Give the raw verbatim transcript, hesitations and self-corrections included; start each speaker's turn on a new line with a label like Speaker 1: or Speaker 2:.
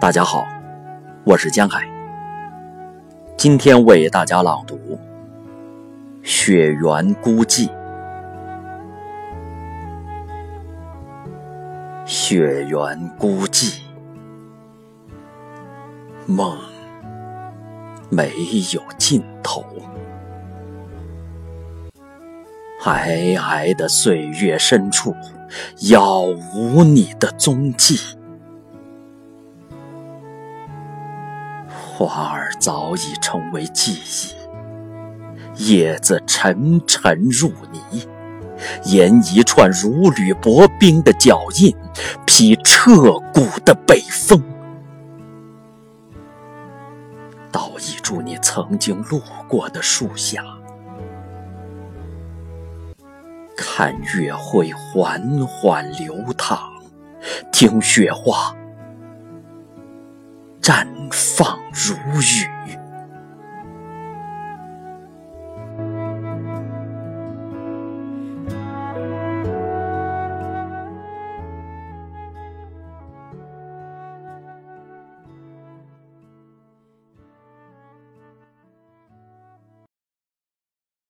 Speaker 1: 大家好，我是江海，今天为大家朗读《雪原孤寂》。雪原孤寂，梦没有尽头，皑皑的岁月深处，杳无你的踪迹。花儿早已成为记忆，叶子沉沉入泥，沿一串如履薄冰的脚印，披彻骨的北风。倒映出你曾经路过的树下，看月会缓缓流淌，听雪花绽放如雨。